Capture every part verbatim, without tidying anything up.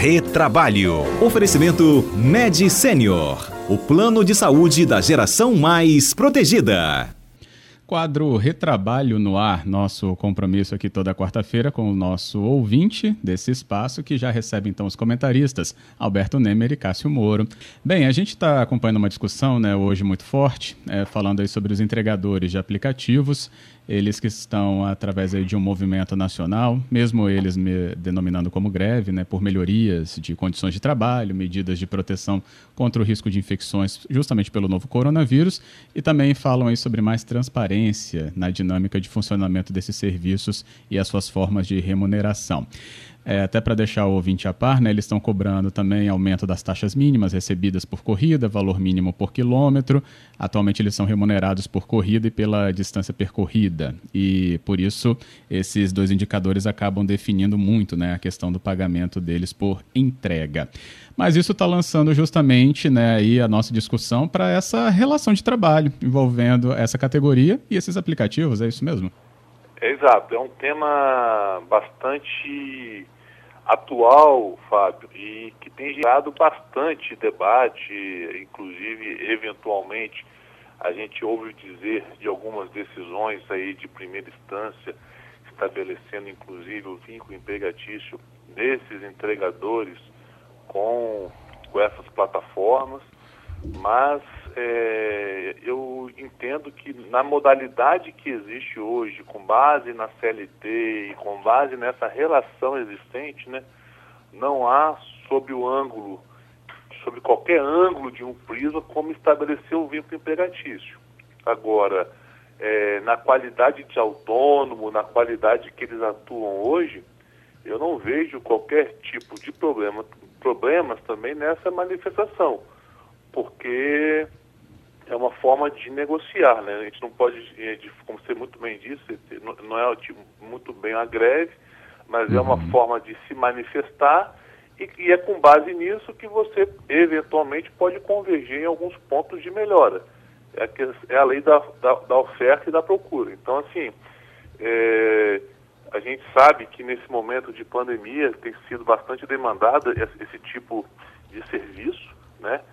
Retrabalho. Oferecimento Med Senior, o plano de saúde da geração mais protegida. Quadro Retrabalho no ar, nosso compromisso aqui toda quarta-feira com o nosso ouvinte desse espaço, que já recebe então os comentaristas, Alberto Nemer e Cássio Moro. Bem, a gente está acompanhando uma discussão, né, hoje muito forte, é, falando aí sobre os entregadores de aplicativos, eles que estão através aí de um movimento nacional, mesmo eles me denominando como greve, né, por melhorias de condições de trabalho, medidas de proteção contra o risco de infecções justamente pelo novo coronavírus, e também falam aí sobre mais transparência na dinâmica de funcionamento desses serviços e as suas formas de remuneração. É, até para deixar o ouvinte a par, né, eles estão cobrando também aumento das taxas mínimas recebidas por corrida, valor mínimo por quilômetro. Atualmente eles são remunerados por corrida e pela distância percorrida. E por isso esses dois indicadores acabam definindo muito, né, a questão do pagamento deles por entrega. Mas isso está lançando justamente, né, aí a nossa discussão para essa relação de trabalho envolvendo essa categoria e esses aplicativos, é isso mesmo? É, exato, é um tema bastante atual, Fábio, e que tem gerado bastante debate, inclusive, eventualmente, a gente ouve dizer de algumas decisões aí de primeira instância, estabelecendo, inclusive, o vínculo empregatício desses entregadores com, com essas plataformas, mas é, eu entendo que na modalidade que existe hoje, com base na C L T e com base nessa relação existente, né, não há sob o ângulo, sob qualquer ângulo de um prisma, como estabelecer o vínculo empregatício. Agora, é, na qualidade de autônomo, na qualidade que eles atuam hoje, eu não vejo qualquer tipo de problema, problemas também nessa manifestação, porque é uma forma de negociar, né? A gente não pode, como você muito bem disse, não é muito bem a greve, mas uhum. é uma forma de se manifestar e, e é com base nisso que você, eventualmente, pode convergir em alguns pontos de melhora. É, que, é a lei da, da, da oferta e da procura. Então, assim, é, a gente sabe que nesse momento de pandemia tem sido bastante demandado esse, esse tipo de serviço, né?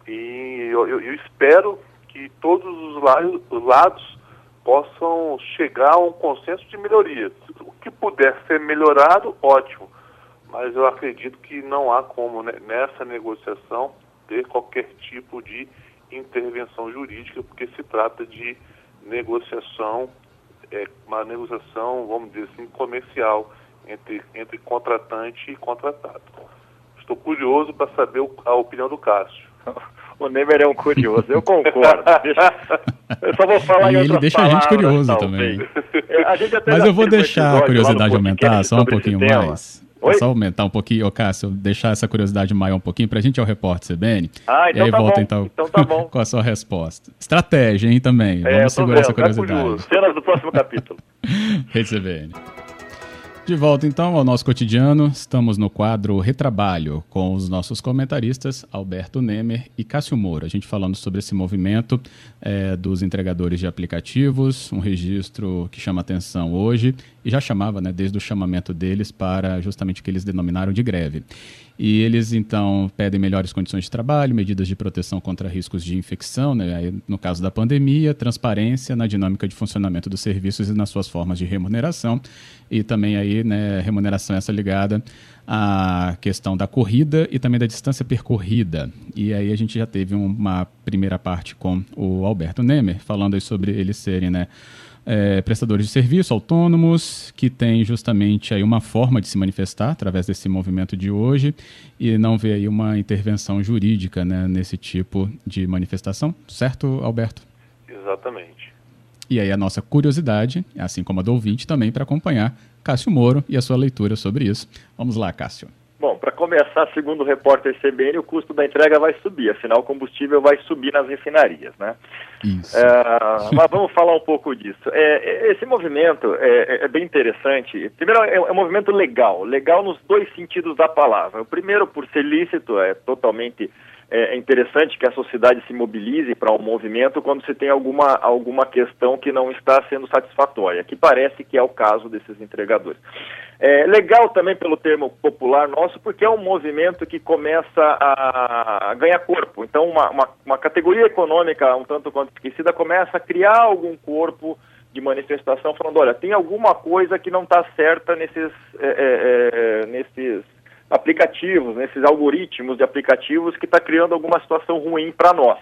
E eu, eu, eu espero que todos os lados, os lados possam chegar a um consenso de melhoria. O que puder ser melhorado, ótimo. Mas eu acredito que não há como, né, nessa negociação, ter qualquer tipo de intervenção jurídica, porque se trata de negociação, é, uma negociação, vamos dizer assim, comercial entre, entre contratante e contratado. Estou curioso para saber a opinião do Cássio. O Nemer é um curioso, eu concordo. Deixa, eu só vou falar e em ele deixa palavras, a gente curioso talvez. também. A gente até Mas eu vou deixar a curiosidade no aumentar só um pouquinho mais. Oi? Só aumentar um pouquinho, ô Cássio, deixar essa curiosidade maior um pouquinho pra gente ir ao repórter C B N. Ah, então e aí tá volta bom. então, então tá bom. com a sua resposta. Estratégia, hein, também. É, Vamos segurar vendo, essa curiosidade. Cenas do próximo capítulo. Rede C B N. De volta, então, ao nosso cotidiano, estamos no quadro Retrabalho, com os nossos comentaristas Alberto Nemer e Cássio Moro. A gente falando sobre esse movimento é, dos entregadores de aplicativos, um registro que chama atenção hoje, e já chamava, né, desde o chamamento deles para justamente o que eles denominaram de greve. E eles, então, pedem melhores condições de trabalho, medidas de proteção contra riscos de infecção, né, aí, no caso da pandemia, transparência na dinâmica de funcionamento dos serviços e nas suas formas de remuneração, e também aí, né, remuneração essa ligada à questão da corrida e também da distância percorrida. E aí a gente já teve uma primeira parte com o Alberto Nemer, falando aí sobre eles serem, né, É, prestadores de serviço, autônomos, que têm justamente aí uma forma de se manifestar através desse movimento de hoje e não vê aí uma intervenção jurídica, né, nesse tipo de manifestação, certo, Alberto? Exatamente. E aí a nossa curiosidade, assim como a do ouvinte, também para acompanhar Cássio Moro e a sua leitura sobre isso. Vamos lá, Cássio. Bom, para começar, segundo o repórter C B N, o custo da entrega vai subir, afinal o combustível vai subir nas refinarias, né? Isso. É, mas vamos falar um pouco disso. É, esse movimento é, é bem interessante. Primeiro, é, é um movimento legal, legal nos dois sentidos da palavra. O primeiro, por ser lícito, é totalmente é interessante que a sociedade se mobilize para um movimento quando se tem alguma, alguma questão que não está sendo satisfatória, que parece que é o caso desses entregadores. É legal também pelo termo popular nosso, porque é um movimento que começa a ganhar corpo. Então, uma, uma, uma categoria econômica um tanto quanto esquecida começa a criar algum corpo de manifestação, falando, olha, tem alguma coisa que não está certa nesses, é, é, nesses aplicativos, nesses algoritmos de aplicativos que está criando alguma situação ruim para nós.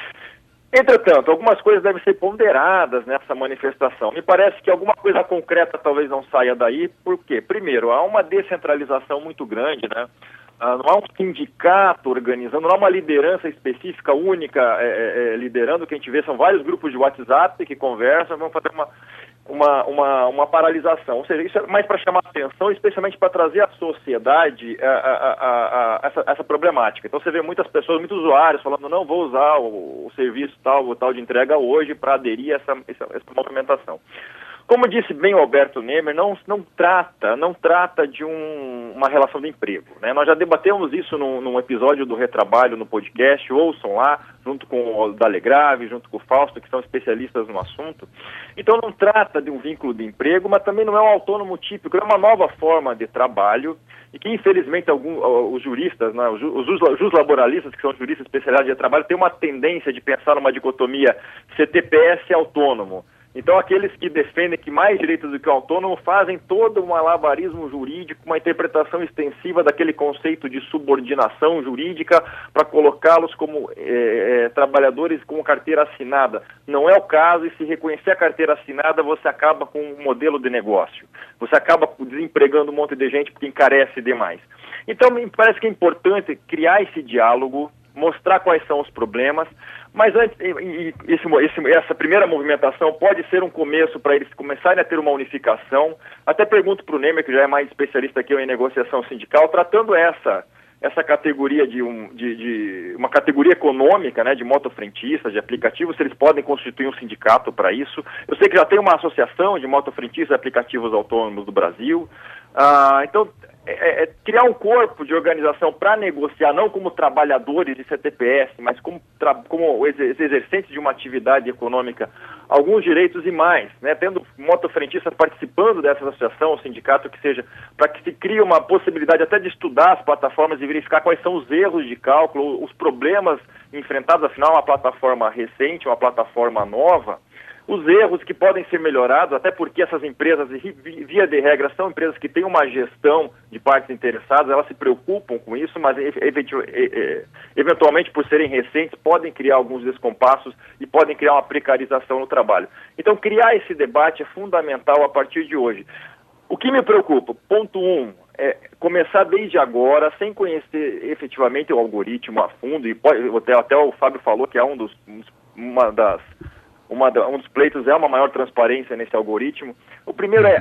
Entretanto, algumas coisas devem ser ponderadas nessa manifestação. Me parece que alguma coisa concreta talvez não saia daí, por quê? Primeiro, há uma descentralização muito grande, né? Ah, não há um sindicato organizando, não há uma liderança específica, única, é, é, liderando. O que a gente vê são vários grupos de WhatsApp que conversam, vão fazer uma, uma, uma, uma paralisação. Ou seja, isso é mais para chamar atenção, especialmente para trazer à sociedade a, a, a, a, essa, essa problemática. Então você vê muitas pessoas, muitos usuários falando, não, vou usar o, o serviço tal, o tal de entrega hoje para aderir a essa, essa, essa movimentação. Como disse bem o Alberto Nemer, não, não trata, não trata de um, uma relação de emprego, né? Nós já debatemos isso num, num episódio do Retrabalho no podcast, ouçam lá, junto com o Dalegrave, junto com o Fausto, que são especialistas no assunto. Então não trata de um vínculo de emprego, mas também não é um autônomo típico, é uma nova forma de trabalho e que infelizmente algum, os juristas, né, os, os, os laboralistas, que são juristas especializados de trabalho, têm uma tendência de pensar numa dicotomia C T P S autônomo. Então, aqueles que defendem que mais direitos do que o autônomo fazem todo um malabarismo jurídico, uma interpretação extensiva daquele conceito de subordinação jurídica para colocá-los como é, é, trabalhadores com carteira assinada. Não é o caso, e se reconhecer a carteira assinada, você acaba com um modelo de negócio. Você acaba desempregando um monte de gente porque encarece demais. Então, me parece que é importante criar esse diálogo, mostrar quais são os problemas, mas antes, e, e, esse, esse, essa primeira movimentação pode ser um começo para eles começarem a ter uma unificação. Até pergunto para o Nemer, que já é mais especialista que eu em negociação sindical, tratando essa, essa categoria de, um, de, de uma categoria econômica, né, de motofrentistas, de aplicativos, se eles podem constituir um sindicato para isso. Eu sei que já tem uma associação de motofrentistas e aplicativos autônomos do Brasil. Ah, então, É, é criar um corpo de organização para negociar, não como trabalhadores de C T P S, mas como, como exercentes de uma atividade econômica, alguns direitos e mais, né? Tendo motofrentistas participando dessa associação, o sindicato que seja, para que se crie uma possibilidade até de estudar as plataformas e verificar quais são os erros de cálculo, os problemas enfrentados, afinal, uma plataforma recente, uma plataforma nova, os erros que podem ser melhorados, até porque essas empresas, via de regra, são empresas que têm uma gestão de partes interessadas, elas se preocupam com isso, mas eventualmente, por serem recentes, podem criar alguns descompassos e podem criar uma precarização no trabalho. Então, criar esse debate é fundamental a partir de hoje. O que me preocupa, ponto um, é começar desde agora, sem conhecer efetivamente o algoritmo a fundo, e pode, até, até o Fábio falou que é um dos, uma das... Uma, um dos pleitos é uma maior transparência nesse algoritmo. O primeiro é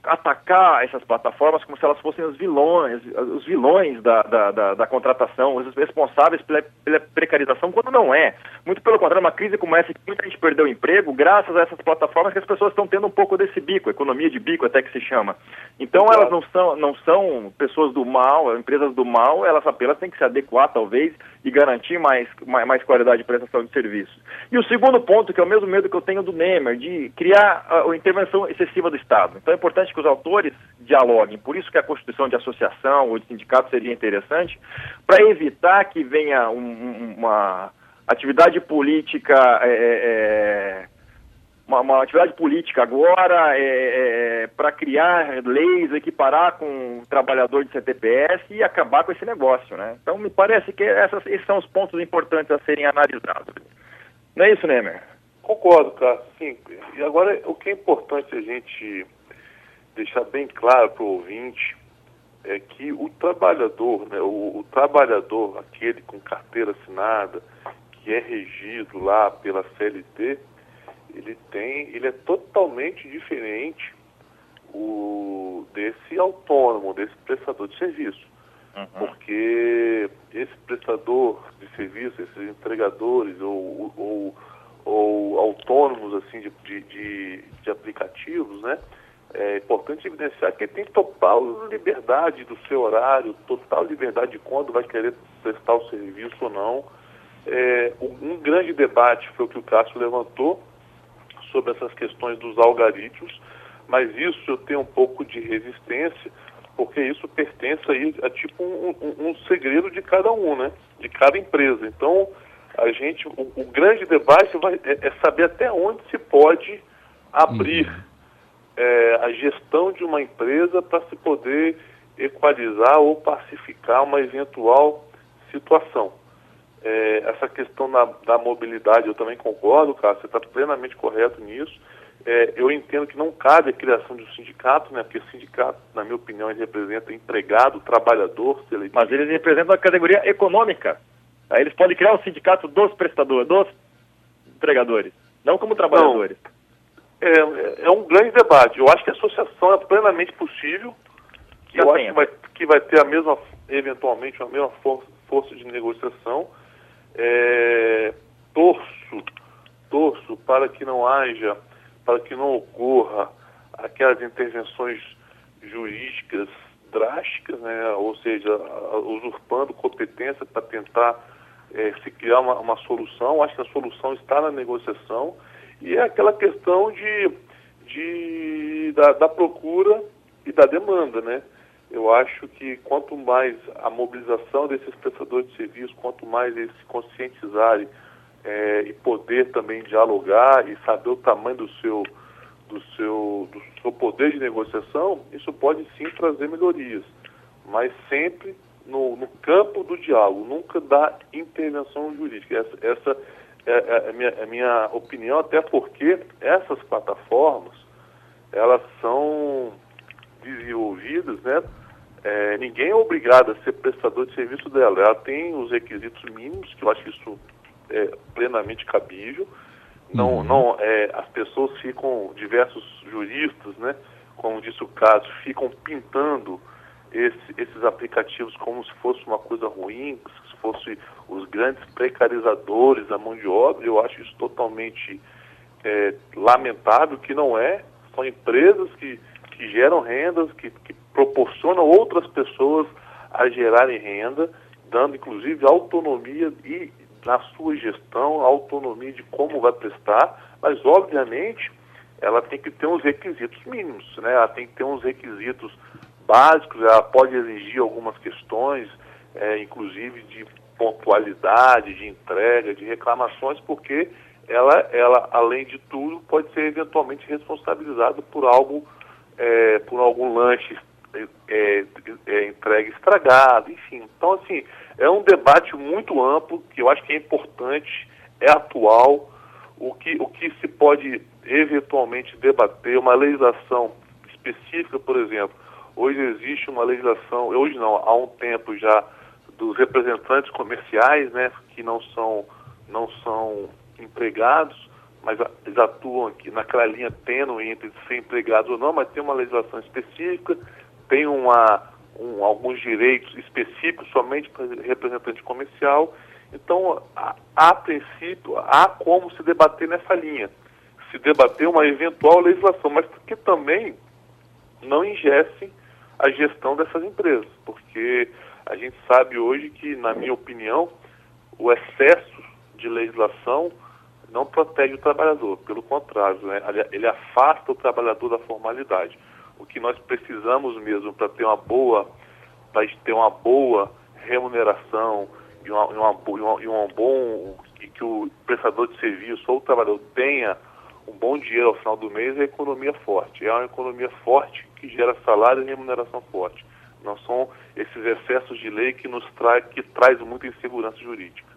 atacar essas plataformas como se elas fossem os vilões, os vilões da, da, da, da contratação, os responsáveis pela, pela precarização, quando não é. Muito pelo contrário, uma crise como essa, que muita gente perdeu o emprego, graças a essas plataformas que as pessoas estão tendo um pouco desse bico, economia de bico até que se chama. Então elas não são, não são pessoas do mal, empresas do mal, elas apenas têm que se adequar talvez e garantir mais, mais, mais qualidade de prestação de serviços. E o segundo ponto, que é o mesmo medo que eu tenho do Nemer, de criar a, a intervenção excessiva do Estado. Então é importante que os autores dialoguem, por isso que a constituição de associação ou de sindicato seria interessante, para evitar que venha um, uma atividade política, é, é, uma, uma atividade política agora é, é, para criar leis, equiparar com o trabalhador de C T P S e acabar com esse negócio, né? Então me parece que essas, esses são os pontos importantes a serem analisados. Não é isso, Nemer? Concordo, Cássio. Sim. E agora o que é importante a gente deixar bem claro para o ouvinte é que o trabalhador, né, o, o trabalhador, aquele com carteira assinada, que é regido lá pela C L T, ele tem, ele é totalmente diferente o, desse autônomo, desse prestador de serviço. Uhum. Porque esse prestador de serviço, esses entregadores ou, ou, ou autônomos assim, de, de, de, de aplicativos, né, é importante evidenciar que ele tem total liberdade do seu horário, total liberdade de quando vai querer prestar o serviço ou não. É, um grande debate foi o que o Cássio levantou sobre essas questões dos algoritmos, mas isso eu tenho um pouco de resistência, porque isso pertence aí a tipo um, um, um segredo de cada um, né? De cada empresa. Então, a gente, o, o grande debate vai, é, é saber até onde se pode abrir uhum. é, a gestão de uma empresa para se poder equalizar ou pacificar uma eventual situação. É, essa questão da, da mobilidade, eu também concordo, cara, você está plenamente correto nisso. É, eu entendo que não cabe a criação de um sindicato, né, porque o sindicato, na minha opinião, ele representa empregado, trabalhador, seletivo. Mas eles representam a categoria econômica. Aí eles podem criar um sindicato dos prestadores, dos empregadores, não como trabalhadores. Não, é, é um grande debate. Eu acho que a associação é plenamente possível. Já eu tem, acho que vai, que vai ter a mesma, eventualmente, a mesma força, força de negociação. É, torço, torço para que não haja, para que não ocorra aquelas intervenções jurídicas drásticas, né? Ou seja, usurpando competência para tentar é, se criar uma, uma solução. Acho que a solução está na negociação e é aquela questão de, de, da, da procura e da demanda, né? Eu acho que quanto mais a mobilização desses prestadores de serviço, quanto mais eles se conscientizarem é, e poder também dialogar e saber o tamanho do seu, do, seu, do seu poder de negociação, isso pode sim trazer melhorias, mas sempre no, no campo do diálogo, nunca da intervenção jurídica. Essa, essa é a minha, a minha opinião, até porque essas plataformas, elas são desenvolvidas, né? É, ninguém é obrigado a ser prestador de serviço dela. Ela tem os requisitos mínimos, que eu acho que isso é plenamente cabível. Não, uhum. não, é, as pessoas ficam, diversos juristas, né, como disse o caso, ficam pintando esse, esses aplicativos como se fosse uma coisa ruim, se fosse os grandes precarizadores da mão de obra. Eu acho isso totalmente é, lamentável, que não é. São empresas que, que geram rendas, que, que proporcionam outras pessoas a gerarem renda, dando inclusive autonomia e na sua gestão, autonomia de como vai prestar, mas obviamente ela tem que ter uns requisitos mínimos, né? Ela tem que ter uns requisitos básicos, ela pode exigir algumas questões, é, inclusive de pontualidade, de entrega, de reclamações, porque ela, ela, além de tudo, pode ser eventualmente responsabilizada por algo, é, por algum lanche É, é, entregue estragado, enfim. Então, assim, é um debate muito amplo, que eu acho que é importante, é atual. O que, o que se pode eventualmente debater, uma legislação específica, por exemplo, hoje existe uma legislação, hoje não, há um tempo já, dos representantes comerciais, né, que não são, não são empregados, mas eles atuam aqui naquela linha tênue entre ser empregados ou não, mas tem uma legislação específica, tem uma, um, alguns direitos específicos somente para representante comercial. Então, a, a princípio, há como se debater nessa linha, se debater uma eventual legislação, mas que também não ingesse a gestão dessas empresas, porque a gente sabe hoje que, na minha opinião, o excesso de legislação não protege o trabalhador, pelo contrário, né? Ele afasta o trabalhador da formalidade. O que nós precisamos mesmo para ter uma boa, para ter uma boa remuneração e uma, uma, uma, uma bom, e que o prestador de serviço ou o trabalhador tenha um bom dinheiro ao final do mês, é a economia forte. É uma economia forte que gera salário e remuneração forte. Não são esses excessos de lei que nos traz, que traz muita insegurança jurídica.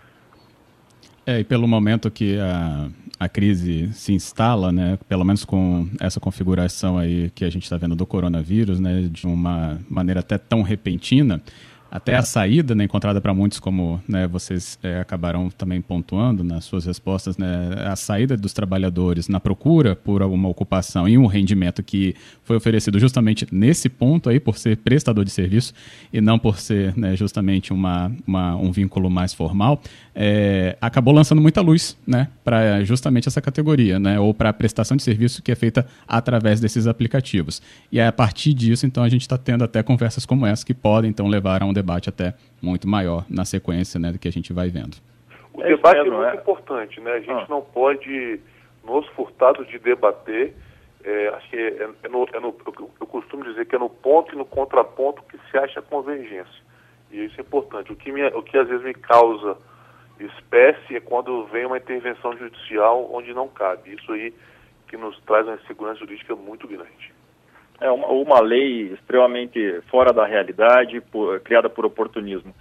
É, e pelo momento que a, a crise se instala, né, pelo menos com essa configuração aí que a gente está vendo do coronavírus, né, de uma maneira até tão repentina, até a saída, né, encontrada para muitos, como, né, vocês é, acabaram também pontuando nas suas respostas, né, a saída dos trabalhadores na procura por alguma ocupação e um rendimento que foi oferecido justamente nesse ponto aí, por ser prestador de serviço e não por ser, né, justamente uma, uma, um vínculo mais formal, é, acabou lançando muita luz, né, para justamente essa categoria, né, ou para a prestação de serviço que é feita através desses aplicativos. E a partir disso, então, a gente está tendo até conversas como essa que podem, então, levar a um debate até muito maior na sequência, né, do que a gente vai vendo. O é debate mesmo, é muito é? importante, né? A gente ah. não pode nos furtar de debater. É, acho que é, é no, é no, eu, eu costumo dizer que é no ponto e no contraponto que se acha convergência. E isso é importante. O que, me, o que às vezes me causa espécie é quando vem uma intervenção judicial onde não cabe. Isso aí que nos traz uma insegurança jurídica muito grande. É uma, uma lei extremamente fora da realidade, por, criada por oportunismo.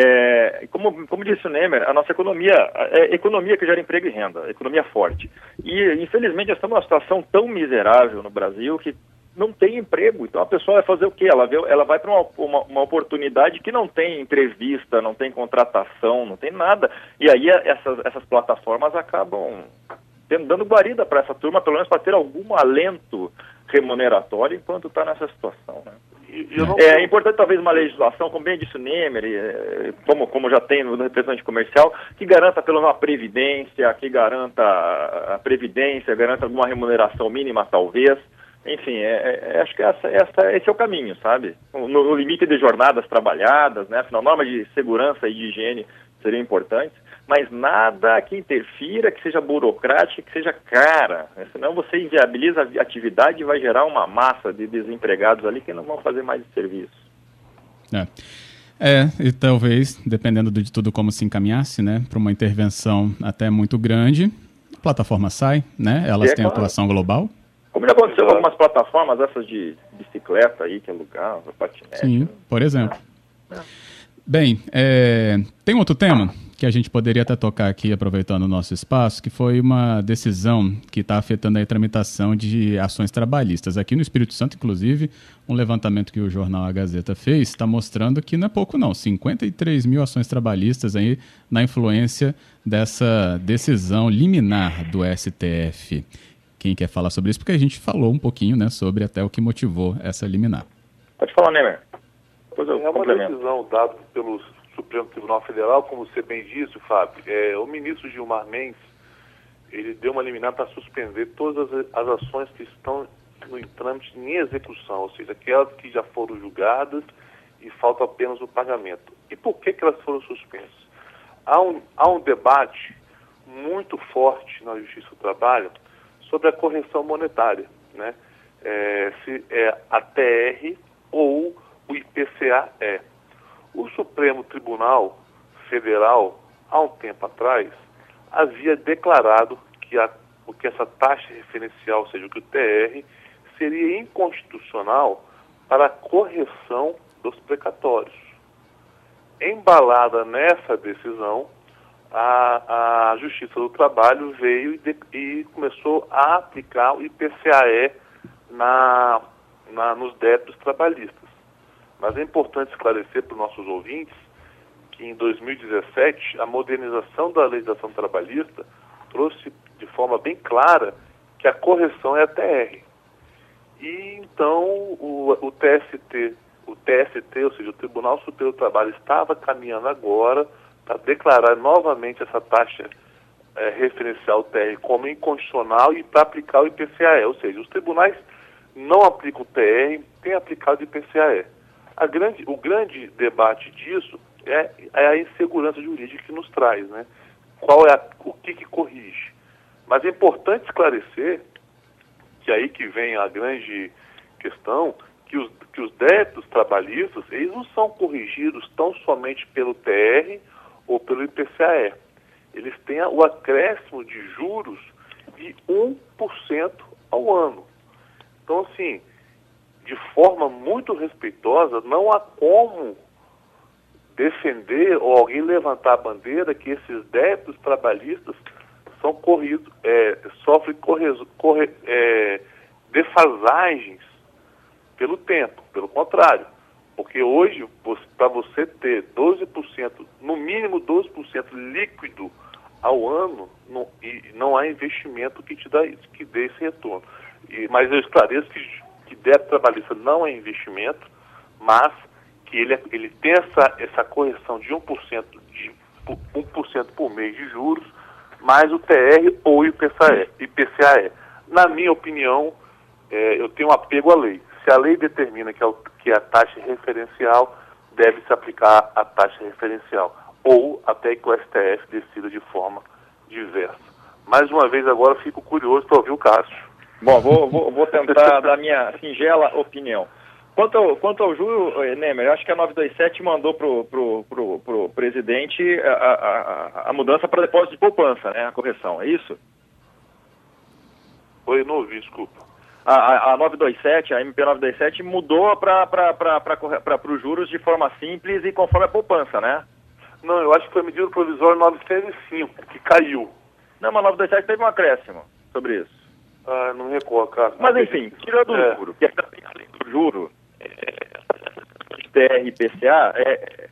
É, como, como disse o Nemer, a nossa economia é economia que gera emprego e renda, economia forte. E, infelizmente, nós estamos numa situação tão miserável no Brasil que não tem emprego. Então, a pessoa vai fazer o quê? Ela, vê, ela vai para uma, uma, uma oportunidade que não tem entrevista, não tem contratação, não tem nada. E aí essas, essas plataformas acabam dando guarida para essa turma, pelo menos para ter algum alento remuneratório enquanto está nessa situação, né? E, e não... É importante talvez uma legislação, como bem disse o Nemer, é, como, como já tem no representante comercial, que garanta pelo menos a previdência, que garanta a previdência, garanta alguma remuneração mínima talvez. Enfim, é, é, acho que essa, essa, esse é o caminho, sabe? No, no limite de jornadas trabalhadas, né? Afinal, normas de segurança e de higiene seriam importantes, mas nada que interfira, que seja burocrática, que seja cara. Senão você inviabiliza a atividade e vai gerar uma massa de desempregados ali que não vão fazer mais esse serviço. É, é e talvez, dependendo de tudo como se encaminhasse, né, para uma intervenção até muito grande, a plataforma sai, né? Elas é, têm claro. Atuação global. Como já aconteceu com algumas plataformas, essas de bicicleta aí, que alugar, patinete. Sim, né? por exemplo. É. Bem, é, tem outro tema que a gente poderia até tocar aqui, aproveitando o nosso espaço, que foi uma decisão que está afetando a tramitação de ações trabalhistas. Aqui no Espírito Santo, inclusive, um levantamento que o jornal A Gazeta fez está mostrando que não é pouco não, cinquenta e três mil ações trabalhistas aí na influência dessa decisão liminar do S T F. Quem quer falar sobre isso? Porque a gente falou um pouquinho, né, sobre até o que motivou essa liminar. Pode falar, Nemer. Pois é uma decisão dada pelo Supremo Tribunal Federal, como você bem disse, Fábio. É, o ministro Gilmar Mendes, ele deu uma liminar para suspender todas as, as ações que estão no trâmite em execução, ou seja, aquelas que já foram julgadas e falta apenas o pagamento. E por que que elas foram suspensas? Há um, há um debate muito forte na Justiça do Trabalho sobre a correção monetária, né? É, se é a T R ou o I P C A E. O Supremo Tribunal Federal, há um tempo atrás, havia declarado que, a, que essa taxa referencial, ou seja, o que o T R, seria inconstitucional para a correção dos precatórios. Embalada nessa decisão, a, a Justiça do Trabalho veio e, de, e começou a aplicar o I P C A E na, na, nos débitos trabalhistas. Mas é importante esclarecer para os nossos ouvintes que em dois mil e dezessete a modernização da legislação trabalhista trouxe de forma bem clara que a correção é a T R. E então o, o T S T, o T S T, ou seja, o Tribunal Superior do Trabalho, estava caminhando agora para declarar novamente essa taxa é, referencial T R como inconstitucional e para aplicar o I P C A E. Ou seja, os tribunais não aplicam o T R, têm aplicado o I P C A E. A grande, o grande debate disso é, é a insegurança jurídica que nos traz, né? Qual é a, o que, que corrige? Mas é importante esclarecer que aí que vem a grande questão, que os, que os débitos trabalhistas, eles não são corrigidos tão somente pelo T R ou pelo I P C A E. Eles têm o acréscimo de juros de um por cento ao ano. Então, assim, de forma muito respeitosa, não há como defender ou alguém levantar a bandeira que esses débitos trabalhistas são corridos, é, sofrem corre, corre, é, defasagens pelo tempo. Pelo contrário, Porque hoje, para você ter doze por cento, no mínimo doze por cento líquido ao ano, não, e não há investimento que te dá isso, que dê esse retorno. E, mas eu esclareço que, que débito trabalhista não é investimento, mas que ele, é, ele tem essa, essa correção de um por cento, de um por cento por mês de juros, mais o T R ou o I P C A E. Na minha opinião, é, eu tenho um apego à lei. Se a lei determina que a, que a taxa referencial, deve se aplicar a taxa referencial, ou até que o S T F decida de forma diversa. Mais uma vez agora fico curioso para ouvir o Cássio. Bom, vou, vou, vou tentar dar minha singela opinião. Quanto ao, quanto ao juro, Nemer, eu acho que a novecentos e vinte e sete mandou pro, pro, pro, pro presidente a, a, a mudança para depósito de poupança, né? A correção, é isso? Oi, não ouvi, desculpa. A, a, a novecentos e vinte e sete, a M P novecentos e vinte e sete mudou para os juros de forma simples e conforme a poupança, né? Não, eu acho que foi a medida provisória novecentos e cinco, que caiu. Não, mas a novecentos e vinte e sete teve um acréscimo sobre isso. Ah, não me recordo, cara. Mas enfim, tirando é. o juro, que é além do juro, é, T R e P C A, é,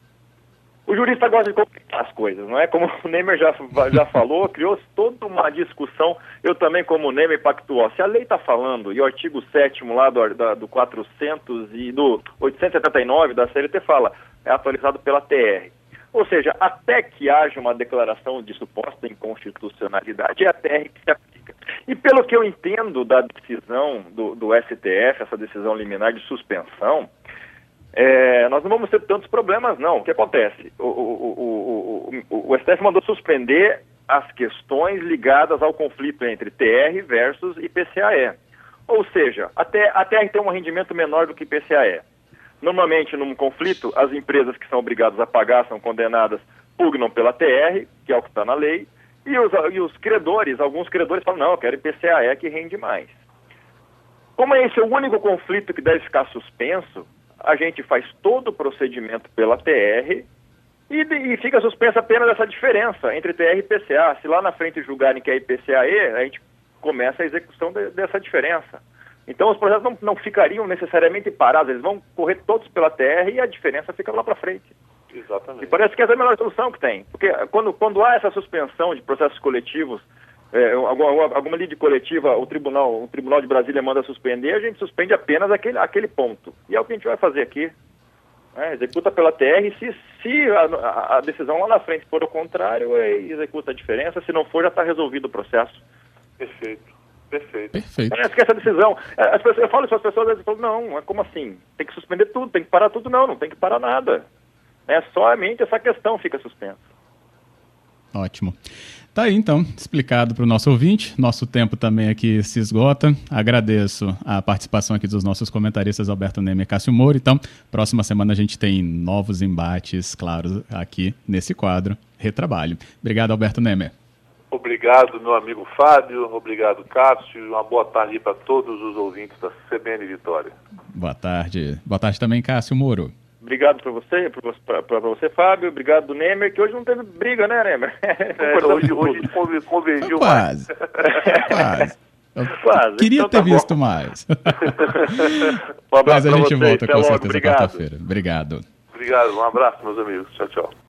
o jurista gosta de complicar as coisas, não é? Como o Nemer já, já falou, criou-se toda uma discussão, eu também como o Nemer pactuou. Se a lei está falando, e o artigo sétimo lá do, da, do quatrocentos e do oitocentos e setenta e nove da C L T fala, é atualizado pela T R. Ou seja, até que haja uma declaração de suposta inconstitucionalidade, é a T R que se aplica. E pelo que eu entendo da decisão do, do S T F, essa decisão liminar de suspensão, é, nós não vamos ter tantos problemas, não. O que acontece? O, o, o, o, o S T F mandou suspender as questões ligadas ao conflito entre T R versus I P C A E. Ou seja, a T R tem um rendimento menor do que I P C A E. Normalmente, num conflito, as empresas que são obrigadas a pagar, são condenadas, pugnam pela T R, que é o que está na lei, e os, e os credores, alguns credores falam, não, eu quero I P C A E que rende mais. Como esse é o único conflito que deve ficar suspenso, a gente faz todo o procedimento pela T R e, e fica suspensa apenas essa diferença entre T R e I P C A. Se lá na frente julgarem que é I P C A E, a gente começa a execução de, dessa diferença. Então os processos não, não ficariam necessariamente parados, eles vão correr todos pela T R e a diferença fica lá para frente. Exatamente. E parece que essa é a melhor solução que tem, porque quando, quando há essa suspensão de processos coletivos, é, alguma, alguma lide coletiva, o tribunal, o Tribunal de Brasília manda suspender, a gente suspende apenas aquele, aquele ponto. E é o que a gente vai fazer aqui. É, executa pela T R, se, se a, a decisão lá na frente for o contrário, é, executa a diferença, se não for, já está resolvido o processo. Perfeito. Perfeito. Perfeito. Parece que essa decisão, as pessoas, eu falo isso, as pessoas às vezes falam, não, é como assim? Tem que suspender tudo, tem que parar tudo, não, não tem que parar nada. É somente essa questão fica suspensa. Ótimo. Tá aí, então, explicado para o nosso ouvinte. Nosso tempo também aqui se esgota. Agradeço a participação aqui dos nossos comentaristas Alberto Nemer e Cássio Moura. Então, próxima semana a gente tem novos embates, claro, aqui nesse quadro Retrabalho. Obrigado, Alberto Nemer. Obrigado, meu amigo Fábio. Obrigado, Cássio. Uma boa tarde para todos os ouvintes da C B N Vitória. Boa tarde. Boa tarde também, Cássio Moro. Obrigado para você, para você, Fábio. Obrigado, Nemer, que hoje não teve briga, né, Nemer? É, hoje, hoje convergiu quase. mais. Quase. Eu quase. Queria Então ter tá visto bom. mais. Um Mas a gente vocês. volta com Até logo. certeza Obrigado. quarta-feira. Obrigado. Obrigado, um abraço, meus amigos. Tchau, tchau.